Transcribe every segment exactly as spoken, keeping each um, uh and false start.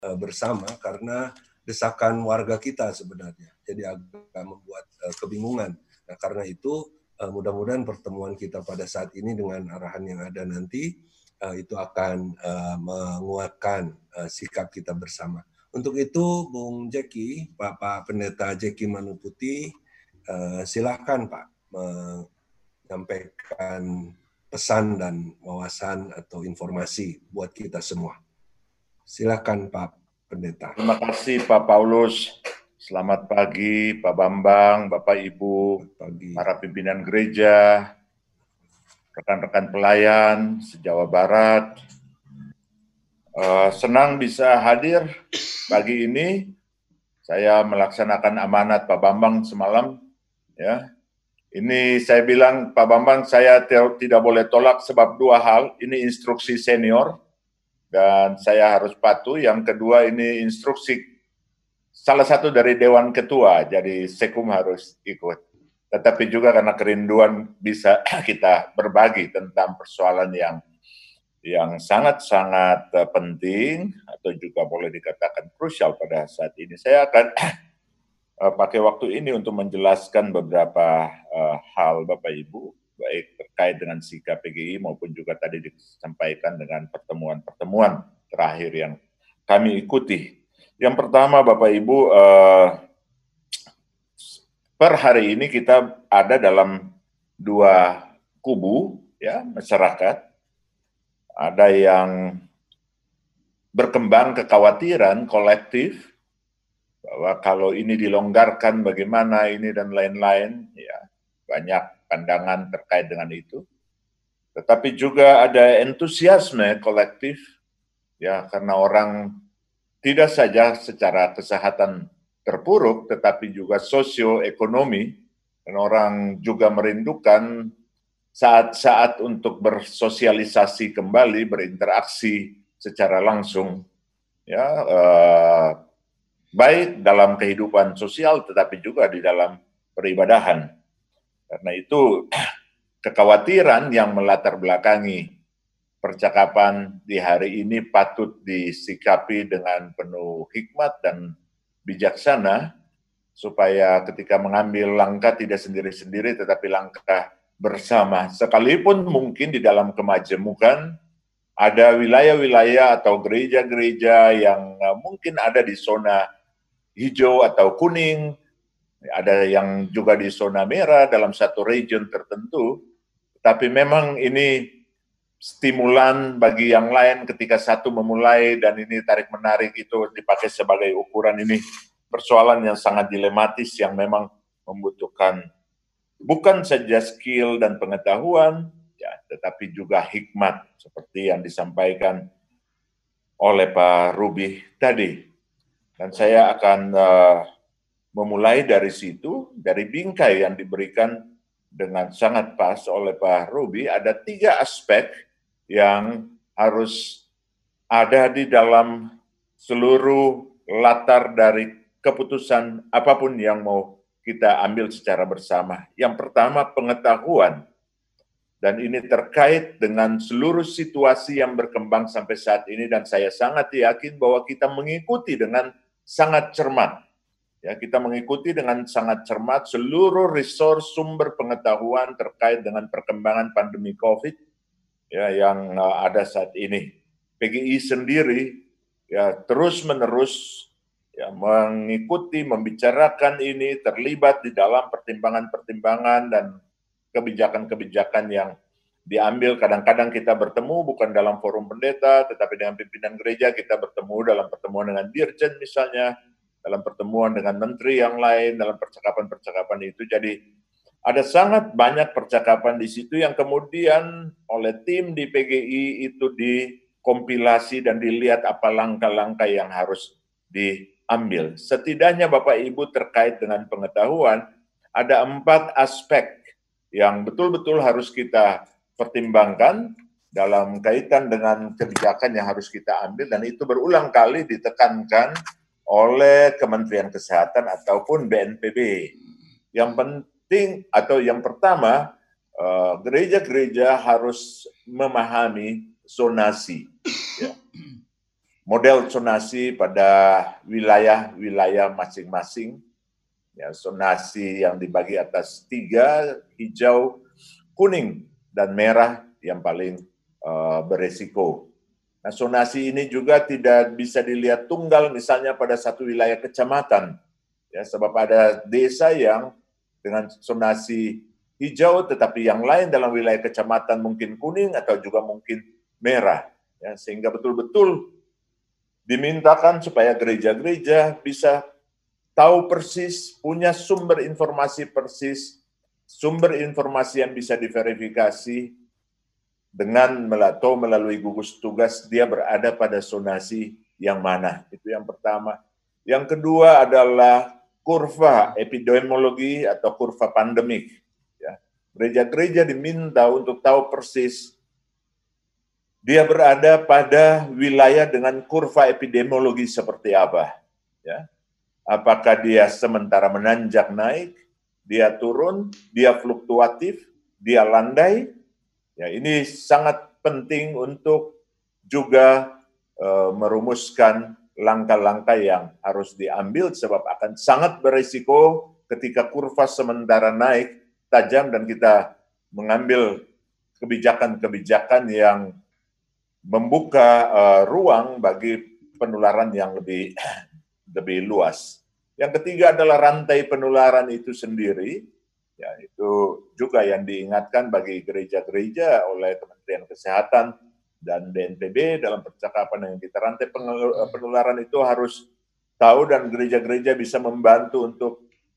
uh, bersama karena desakan warga kita sebenarnya. Jadi agak membuat uh, kebingungan. Nah, karena itu uh, mudah-mudahan pertemuan kita pada saat ini dengan arahan yang ada nanti uh, itu akan uh, menguatkan uh, sikap kita bersama. Untuk itu, Bung Jeki, Pak, Pak Pendeta Jeki Manuputi, uh, silakan Pak menyampaikan pesan dan wawasan atau informasi buat kita semua. Silakan Pak Pendeta. Terima kasih Pak Paulus. Selamat pagi Pak Bambang, Bapak Ibu, pagi. Para pimpinan gereja, rekan-rekan pelayan se-Jawa Barat. Uh, senang bisa hadir pagi ini. Saya melaksanakan amanat Pak Bambang semalam. Ya, ini saya bilang Pak Bambang, saya tidak boleh tolak sebab dua hal. Ini instruksi senior dan saya harus patuh. Yang kedua ini instruksi salah satu dari Dewan Ketua, jadi Sekum harus ikut. Tetapi juga karena kerinduan bisa kita berbagi tentang persoalan yang yang sangat-sangat penting atau juga boleh dikatakan krusial pada saat ini. Saya akan uh, pakai waktu ini untuk menjelaskan beberapa uh, hal Bapak Ibu, baik terkait dengan sikap P G I maupun juga tadi disampaikan dengan pertemuan-pertemuan terakhir yang kami ikuti. Yang pertama Bapak Ibu, uh, per hari ini kita ada dalam dua kubu ya masyarakat. Ada yang berkembang kekhawatiran kolektif bahwa kalau ini dilonggarkan bagaimana ini dan lain-lain, ya banyak pandangan terkait dengan itu. Tetapi juga ada entusiasme kolektif ya karena orang tidak saja secara kesehatan terpuruk, tetapi juga sosioekonomi, dan orang juga merindukan saat-saat untuk bersosialisasi kembali, berinteraksi secara langsung, ya eh, baik dalam kehidupan sosial, tetapi juga di dalam peribadahan. Karena itu kekhawatiran yang melatar belakangi percakapan di hari ini patut disikapi dengan penuh hikmat dan bijaksana, supaya ketika mengambil langkah tidak sendiri-sendiri, tetapi langkah bersama. Sekalipun mungkin di dalam kemajemukan, ada wilayah-wilayah atau gereja-gereja yang mungkin ada di zona hijau atau kuning, ada yang juga di zona merah dalam satu region tertentu, tapi memang ini stimulan bagi yang lain ketika satu memulai dan ini tarik-menarik itu dipakai sebagai ukuran. Ini persoalan yang sangat dilematis yang memang membutuhkan bukan saja skill dan pengetahuan, ya, tetapi juga hikmat seperti yang disampaikan oleh Pak Ruby tadi. Dan saya akan uh, memulai dari situ, dari bingkai yang diberikan dengan sangat pas oleh Pak Ruby. Ada tiga aspek yang harus ada di dalam seluruh latar dari keputusan apapun yang mau kita ambil secara bersama. Yang pertama, pengetahuan. Dan ini terkait dengan seluruh situasi yang berkembang sampai saat ini, dan saya sangat yakin bahwa kita mengikuti dengan sangat cermat. Ya, kita mengikuti dengan sangat cermat seluruh resource sumber pengetahuan terkait dengan perkembangan pandemi COVID ya yang uh, ada saat ini. P G I sendiri ya terus-menerus ya mengikuti, membicarakan ini, terlibat di dalam pertimbangan-pertimbangan dan kebijakan-kebijakan yang diambil. Kadang-kadang kita bertemu bukan dalam forum pendeta, tetapi dengan pimpinan gereja, kita bertemu dalam pertemuan dengan dirjen misalnya, dalam pertemuan dengan menteri yang lain, dalam percakapan-percakapan itu. Jadi ada sangat banyak percakapan di situ yang kemudian oleh tim di P G I itu dikompilasi dan dilihat apa langkah-langkah yang harus diambil. Setidaknya Bapak Ibu terkait dengan pengetahuan, ada empat aspek yang betul-betul harus kita pertimbangkan dalam kaitan dengan kebijakan yang harus kita ambil, dan itu berulang kali ditekankan oleh Kementerian Kesehatan ataupun B N P B. Yang penting atau yang pertama, gereja-gereja harus memahami zonasi. Ya. model zonasi pada wilayah-wilayah masing-masing. Ya, zonasi yang dibagi atas tiga, hijau, kuning, dan merah yang paling uh, beresiko. Nah, zonasi ini juga tidak bisa dilihat tunggal, misalnya pada satu wilayah kecamatan, ya, sebab ada desa yang dengan zonasi hijau, tetapi yang lain dalam wilayah kecamatan mungkin kuning atau juga mungkin merah, ya, sehingga betul-betul dimintakan supaya gereja-gereja bisa tahu persis, punya sumber informasi persis, sumber informasi yang bisa diverifikasi dengan atau melalui gugus tugas dia berada pada zonasi yang mana. Itu yang pertama. Yang kedua adalah kurva epidemiologi atau kurva pandemik. Ya. Gereja-gereja diminta untuk tahu persis dia berada pada wilayah dengan kurva epidemiologi seperti apa. Ya. Apakah dia sementara menanjak naik, dia turun, dia fluktuatif, dia landai. Ya, ini sangat penting untuk juga uh, merumuskan langkah-langkah yang harus diambil sebab akan sangat berisiko ketika kurva sementara naik tajam dan kita mengambil kebijakan-kebijakan yang membuka uh, ruang bagi penularan yang lebih lebih luas. Yang ketiga adalah rantai penularan itu sendiri, ya, itu juga yang diingatkan bagi gereja-gereja oleh Kementerian Kesehatan dan D N P B dalam percakapan yang kita rantai penularan itu harus tahu dan gereja-gereja bisa membantu untuk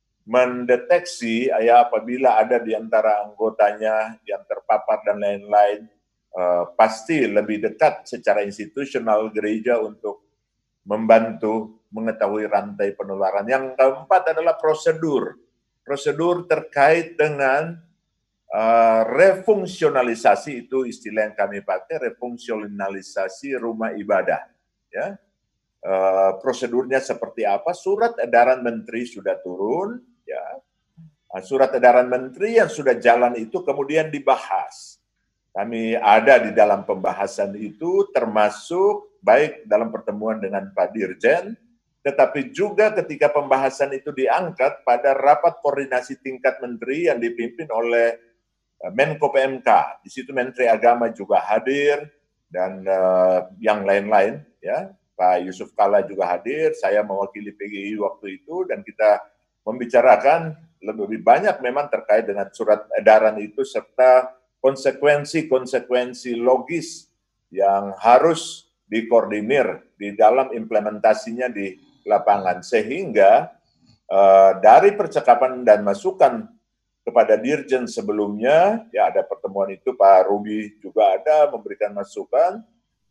mendeteksi ya apabila ada di antara anggotanya yang terpapar dan lain-lain, eh, pasti lebih dekat secara institusional gereja untuk membantu mengetahui rantai penularan. Yang keempat adalah prosedur. Prosedur terkait dengan uh, refungsionalisasi, itu istilah yang kami pakai, refungsionalisasi rumah ibadah. Ya. Uh, prosedurnya seperti apa? Surat edaran menteri sudah turun. Ya. Surat edaran menteri yang sudah jalan itu kemudian dibahas. Kami ada di dalam pembahasan itu, termasuk baik dalam pertemuan dengan Pak Dirjen, tetapi juga ketika pembahasan itu diangkat pada rapat koordinasi tingkat menteri yang dipimpin oleh Menko P M K. Di situ Menteri Agama juga hadir dan uh, yang lain-lain, ya. Pak Yusuf Kalla juga hadir, saya mewakili P G I waktu itu dan kita membicarakan lebih banyak memang terkait dengan surat edaran itu serta konsekuensi-konsekuensi logis yang harus dikoordinir di dalam implementasinya di lapangan. Sehingga uh, dari percakapan dan masukan kepada Dirjen sebelumnya, ya ada pertemuan itu, Pak Ruby juga ada memberikan masukan,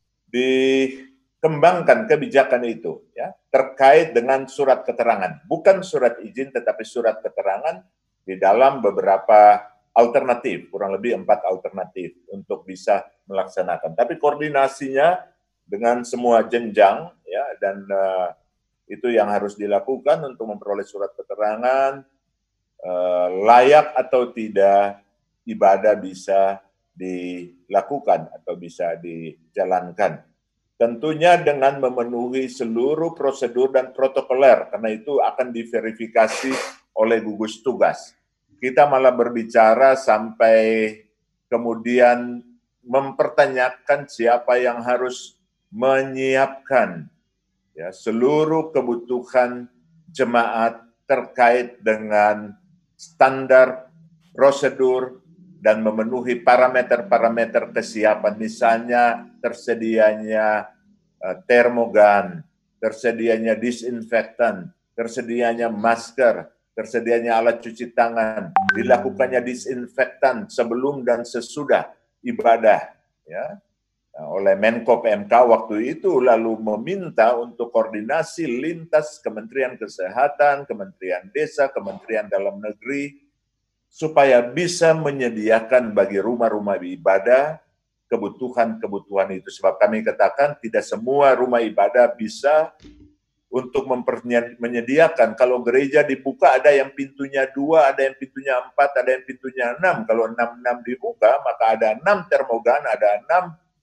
dikembangkan kebijakan itu ya terkait dengan surat keterangan. Bukan surat izin, tetapi surat keterangan di dalam beberapa alternatif, kurang lebih empat alternatif untuk bisa melaksanakan. Tapi koordinasinya dengan semua jenjang, ya, dan uh, itu yang harus dilakukan untuk memperoleh surat keterangan, uh, layak atau tidak ibadah bisa dilakukan atau bisa dijalankan. Tentunya dengan memenuhi seluruh prosedur dan protokoler, karena itu akan diverifikasi oleh gugus tugas. Kita malah berbicara sampai kemudian mempertanyakan siapa yang harus menyiapkan ya, seluruh kebutuhan jemaat terkait dengan standar, prosedur, dan memenuhi parameter-parameter kesiapan. Misalnya tersedianya uh, termogan, tersedianya disinfektan, tersedianya masker, tersedianya alat cuci tangan, dilakukannya disinfektan sebelum dan sesudah ibadah, ya, oleh Menko P M K waktu itu, lalu meminta untuk koordinasi lintas Kementerian Kesehatan, Kementerian Desa, Kementerian Dalam Negeri, supaya bisa menyediakan bagi rumah-rumah ibadah kebutuhan-kebutuhan itu. Sebab kami katakan tidak semua rumah ibadah bisa untuk menyediakan. Kalau gereja dibuka ada yang pintunya dua, ada yang pintunya empat, ada yang pintunya enam. Kalau enam enam dibuka, maka ada enam termogan, ada enam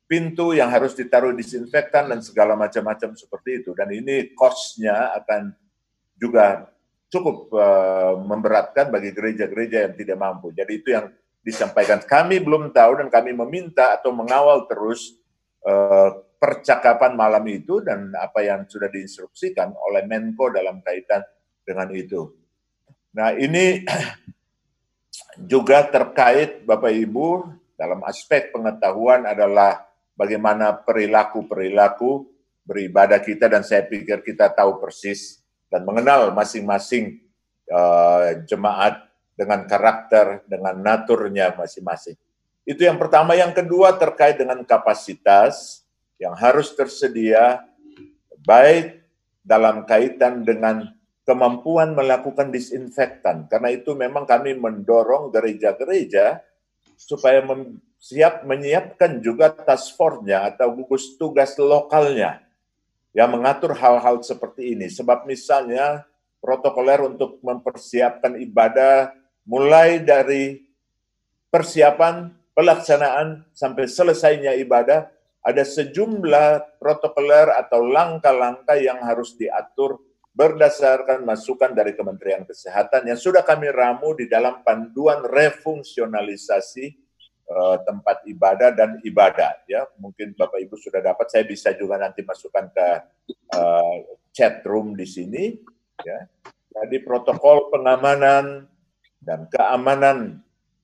pintu yang harus ditaruh disinfektan dan segala macam-macam seperti itu. Dan ini cost-nya akan juga cukup uh, memberatkan bagi gereja-gereja yang tidak mampu. Jadi itu yang disampaikan. Kami belum tahu dan kami meminta atau mengawal terus uh, percakapan malam itu dan apa yang sudah diinstruksikan oleh Menko dalam kaitan dengan itu. Nah ini juga terkait Bapak Ibu dalam aspek pengetahuan adalah bagaimana perilaku-perilaku beribadah kita, dan saya pikir kita tahu persis dan mengenal masing-masing uh, jemaat dengan karakter, dengan naturnya masing-masing. Itu yang pertama. Yang kedua terkait dengan kapasitas yang harus tersedia, baik dalam kaitan dengan kemampuan melakukan disinfektan. Karena itu memang kami mendorong gereja-gereja supaya mem- siap menyiapkan juga task force-nya atau gugus tugas lokalnya yang mengatur hal-hal seperti ini. Sebab misalnya protokoler untuk mempersiapkan ibadah mulai dari persiapan, pelaksanaan, sampai selesainya ibadah, ada sejumlah protokoler atau langkah-langkah yang harus diatur berdasarkan masukan dari Kementerian Kesehatan yang sudah kami ramu di dalam panduan refungsionalisasi Uh, tempat ibadah dan ibadah, ya mungkin Bapak Ibu sudah dapat, saya bisa juga nanti masukkan ke uh, chat room di sini, ya. Jadi protokol pengamanan dan keamanan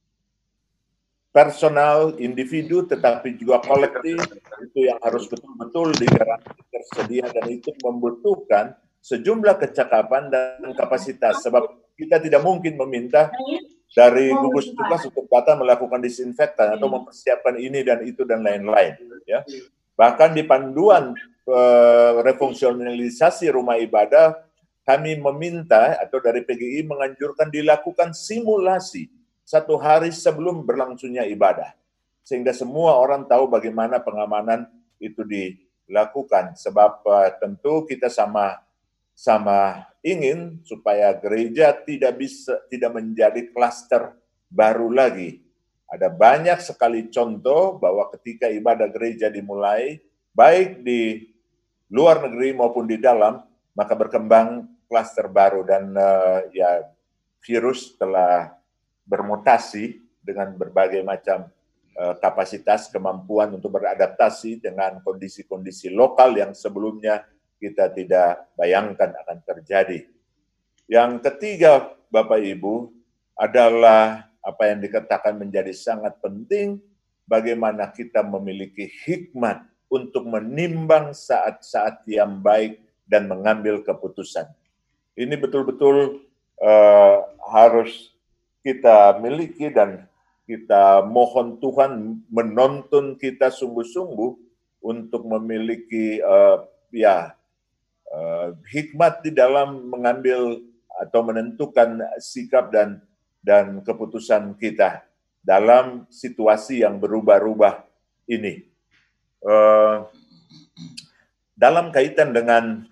personal individu, tetapi juga kolektif itu yang harus betul-betul digaransi tersedia, dan itu membutuhkan sejumlah kecakapan dan kapasitas, sebab kita tidak mungkin meminta dari gugus tugas untuk datang melakukan disinfektan atau mempersiapkan ini dan itu dan lain-lain, ya. Bahkan di panduan uh, refungsionalisasi rumah ibadah, kami meminta atau dari P G I menganjurkan dilakukan simulasi satu hari sebelum berlangsungnya ibadah, sehingga semua orang tahu bagaimana pengamanan itu dilakukan. Sebab uh, tentu kita sama sama ingin supaya gereja tidak bisa tidak menjadi klaster baru lagi. Ada banyak sekali contoh bahwa ketika ibadah gereja dimulai, baik di luar negeri maupun di dalam, maka berkembang klaster baru, dan uh, ya virus telah bermutasi dengan berbagai macam uh, kapasitas, kemampuan untuk beradaptasi dengan kondisi-kondisi lokal yang sebelumnya kita tidak bayangkan akan terjadi. Yang ketiga, Bapak Ibu, adalah apa yang dikatakan menjadi sangat penting, bagaimana kita memiliki hikmat untuk menimbang saat-saat yang baik dan mengambil keputusan. Ini betul-betul uh, harus kita miliki, dan kita mohon Tuhan menuntun kita sungguh-sungguh untuk memiliki uh, ya Uh, hikmat di dalam mengambil atau menentukan sikap dan dan keputusan kita dalam situasi yang berubah-ubah ini. Uh, dalam kaitan dengan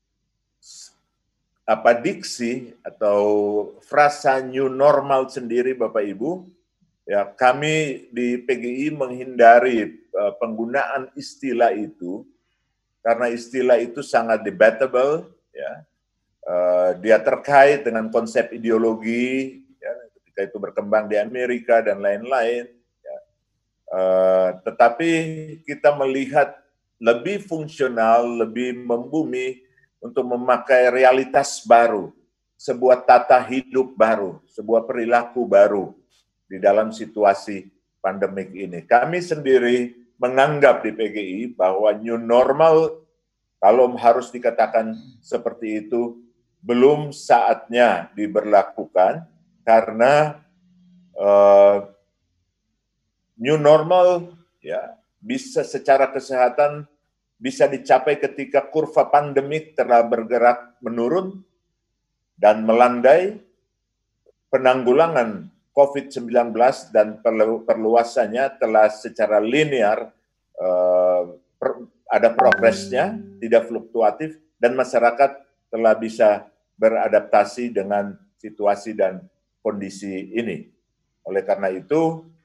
apa diksi atau frasa new normal sendiri, Bapak Ibu, ya kami di P G I menghindari uh, penggunaan istilah itu, karena istilah itu sangat debatable, ya. Uh, dia terkait dengan konsep ideologi, ya, ketika itu berkembang di Amerika dan lain-lain. Ya. Uh, tetapi kita melihat lebih fungsional, lebih membumi untuk memakai realitas baru, sebuah tata hidup baru, sebuah perilaku baru di dalam situasi pandemik ini. Kami sendiri menganggap di P G I bahwa new normal, kalau harus dikatakan seperti itu, belum saatnya diberlakukan, karena uh, new normal ya bisa secara kesehatan bisa dicapai ketika kurva pandemik telah bergerak menurun dan melandai, penanggulangan COVID sembilan belas dan perluasannya telah secara linear, uh, per, ada progresnya, tidak fluktuatif, dan masyarakat telah bisa beradaptasi dengan situasi dan kondisi ini. Oleh karena itu,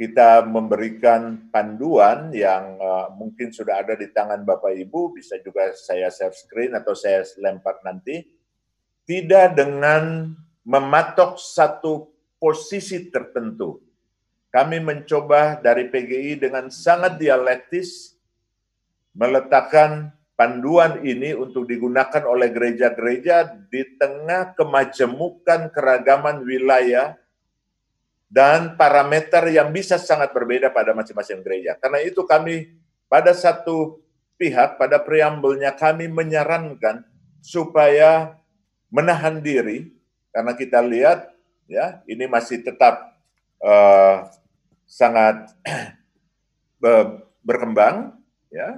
kita memberikan panduan yang uh, mungkin sudah ada di tangan Bapak Ibu, bisa juga saya share screen atau saya lempar nanti, tidak dengan mematok satu posisi tertentu. Kami mencoba dari P G I dengan sangat dialektis meletakkan panduan ini untuk digunakan oleh gereja-gereja di tengah kemajemukan keragaman wilayah dan parameter yang bisa sangat berbeda pada masing-masing gereja. Karena itu kami pada satu pihak, pada preambelnya kami menyarankan supaya menahan diri, karena kita lihat ya ini masih tetap uh, sangat berkembang, ya.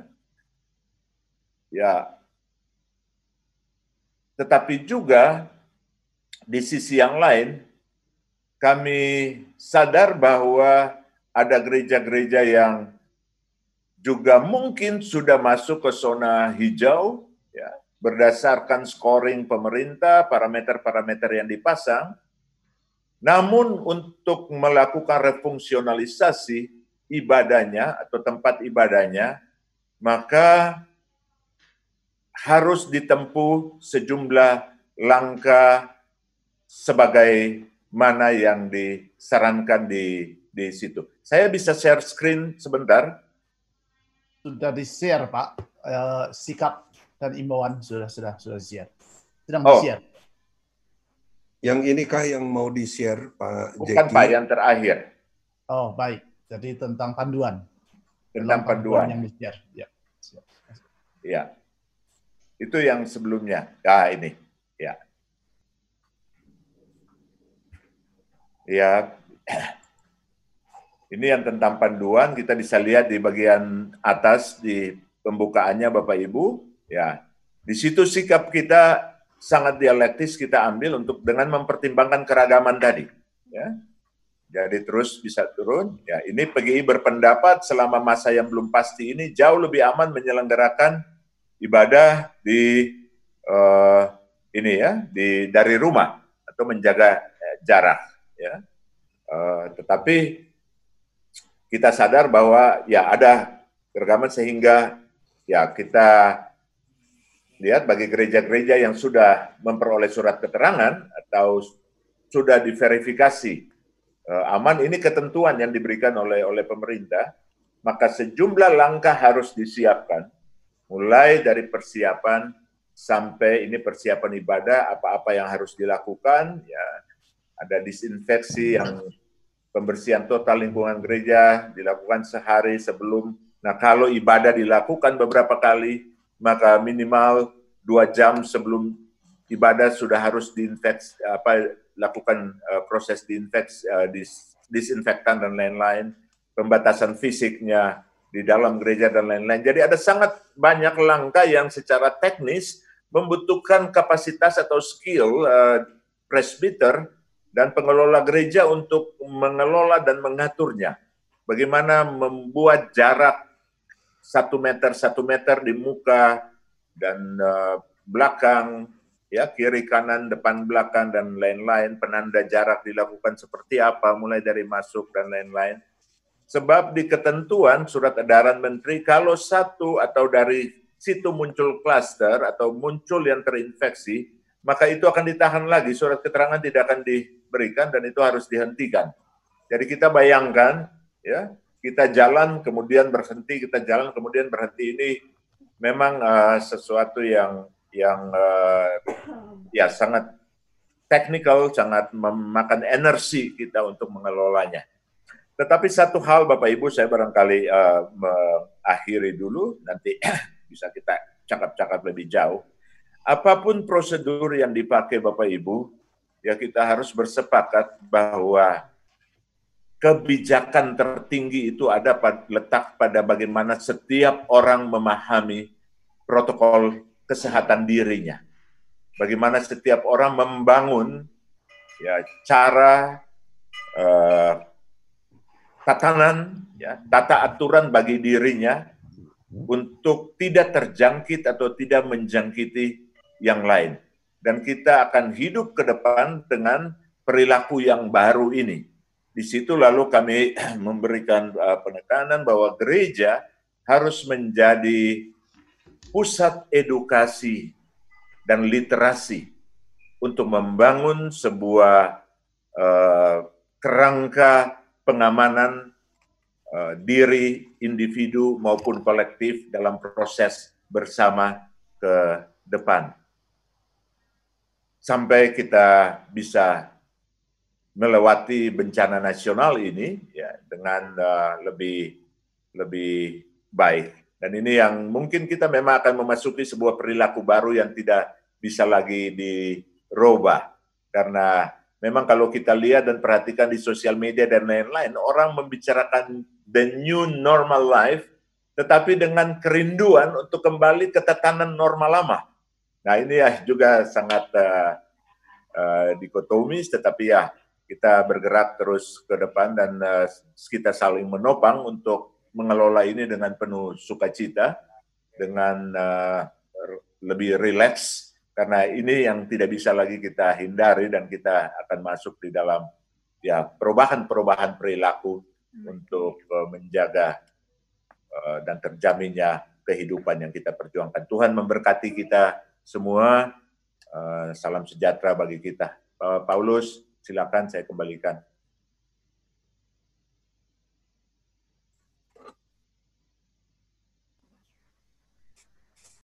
Ya, tetapi juga di sisi yang lain, kami sadar bahwa ada gereja-gereja yang juga mungkin sudah masuk ke zona hijau, ya, berdasarkan scoring pemerintah, parameter-parameter yang dipasang. Namun untuk melakukan refungsionalisasi ibadahnya atau tempat ibadahnya, maka harus ditempuh sejumlah langkah sebagai mana yang disarankan di di situ. Saya bisa share screen sebentar. Sudah di-share, Pak. Uh, sikap dan imbauan sudah sudah sudah di-share. Sedang oh. di-share. Yang inikah yang mau di-share, Pak Jeki? Bukan, Pak, yang terakhir. Oh, baik. Jadi tentang panduan. Tentang panduan. panduan yang di-share. Ya. Ya. Itu yang sebelumnya. Ah, ini. Ya. Ya. Ini yang tentang panduan, kita bisa lihat di bagian atas di pembukaannya Bapak Ibu. Ya. Di situ sikap kita sangat dialektis kita ambil untuk dengan mempertimbangkan keragaman tadi. Ya. Jadi terus bisa turun. Ya, ini P G I berpendapat selama masa yang belum pasti ini jauh lebih aman menyelenggarakan ibadah di uh, ini ya di dari rumah atau menjaga eh, jarak ya. Uh, tetapi kita sadar bahwa ya ada keragaman sehingga ya kita lihat bagi gereja-gereja yang sudah memperoleh surat keterangan atau sudah diverifikasi uh, aman, ini ketentuan yang diberikan oleh oleh pemerintah, maka sejumlah langkah harus disiapkan. Mulai dari persiapan sampai ini persiapan ibadah, apa-apa yang harus dilakukan, ya ada disinfeksi yang pembersihan total lingkungan gereja dilakukan sehari sebelum. Nah, kalau ibadah dilakukan beberapa kali, maka minimal dua jam sebelum ibadah sudah harus diinfeksi, apa lakukan uh, proses diinfeksi, uh, dis, disinfektan dan lain-lain, pembatasan fisiknya di dalam gereja dan lain-lain. Jadi ada sangat banyak langkah yang secara teknis membutuhkan kapasitas atau skill uh, presbiter dan pengelola gereja untuk mengelola dan mengaturnya. Bagaimana membuat jarak satu meter satu meter di muka dan uh, belakang, ya kiri kanan depan belakang dan lain-lain. Penanda jarak dilakukan seperti apa, mulai dari masuk dan lain-lain. Sebab di ketentuan surat edaran menteri, kalau satu atau dari situ muncul klaster atau muncul yang terinfeksi, maka itu akan ditahan lagi, surat keterangan tidak akan diberikan dan itu harus dihentikan. Jadi kita bayangkan, ya kita jalan kemudian berhenti, kita jalan kemudian berhenti, ini memang uh, sesuatu yang yang uh, ya sangat teknikal, sangat memakan energi kita untuk mengelolanya. Tetapi satu hal Bapak Ibu, saya barangkali uh, mengakhiri dulu, nanti bisa kita cakap-cakap lebih jauh. Apapun prosedur yang dipakai Bapak Ibu, ya kita harus bersepakat bahwa kebijakan tertinggi itu ada letak pada bagaimana setiap orang memahami protokol kesehatan dirinya. Bagaimana setiap orang membangun ya cara uh, tatanan, ya, tata aturan bagi dirinya untuk tidak terjangkit atau tidak menjangkiti yang lain. Dan kita akan hidup ke depan dengan perilaku yang baru ini. di situ lalu kami memberikan uh, penekanan bahwa gereja harus menjadi pusat edukasi dan literasi untuk membangun sebuah uh, kerangka pengamanan uh, diri individu maupun kolektif dalam proses bersama ke depan. Sampai kita bisa melewati bencana nasional ini ya dengan uh, lebih lebih baik. Dan ini yang mungkin kita memang akan memasuki sebuah perilaku baru yang tidak bisa lagi dirubah. Karena memang kalau kita lihat dan perhatikan di sosial media dan lain-lain, orang membicarakan the new normal life, tetapi dengan kerinduan untuk kembali ke tatanan normal lama. Nah ini ya juga sangat uh, uh, dikotomis, tetapi ya kita bergerak terus ke depan dan uh, kita saling menopang untuk mengelola ini dengan penuh sukacita, dengan uh, lebih rileks, karena ini yang tidak bisa lagi kita hindari dan kita akan masuk di dalam ya perubahan-perubahan perilaku hmm. untuk uh, menjaga uh, dan terjaminnya kehidupan yang kita perjuangkan. Tuhan memberkati kita semua, uh, salam sejahtera bagi kita. Uh, Paulus, silakan saya kembalikan.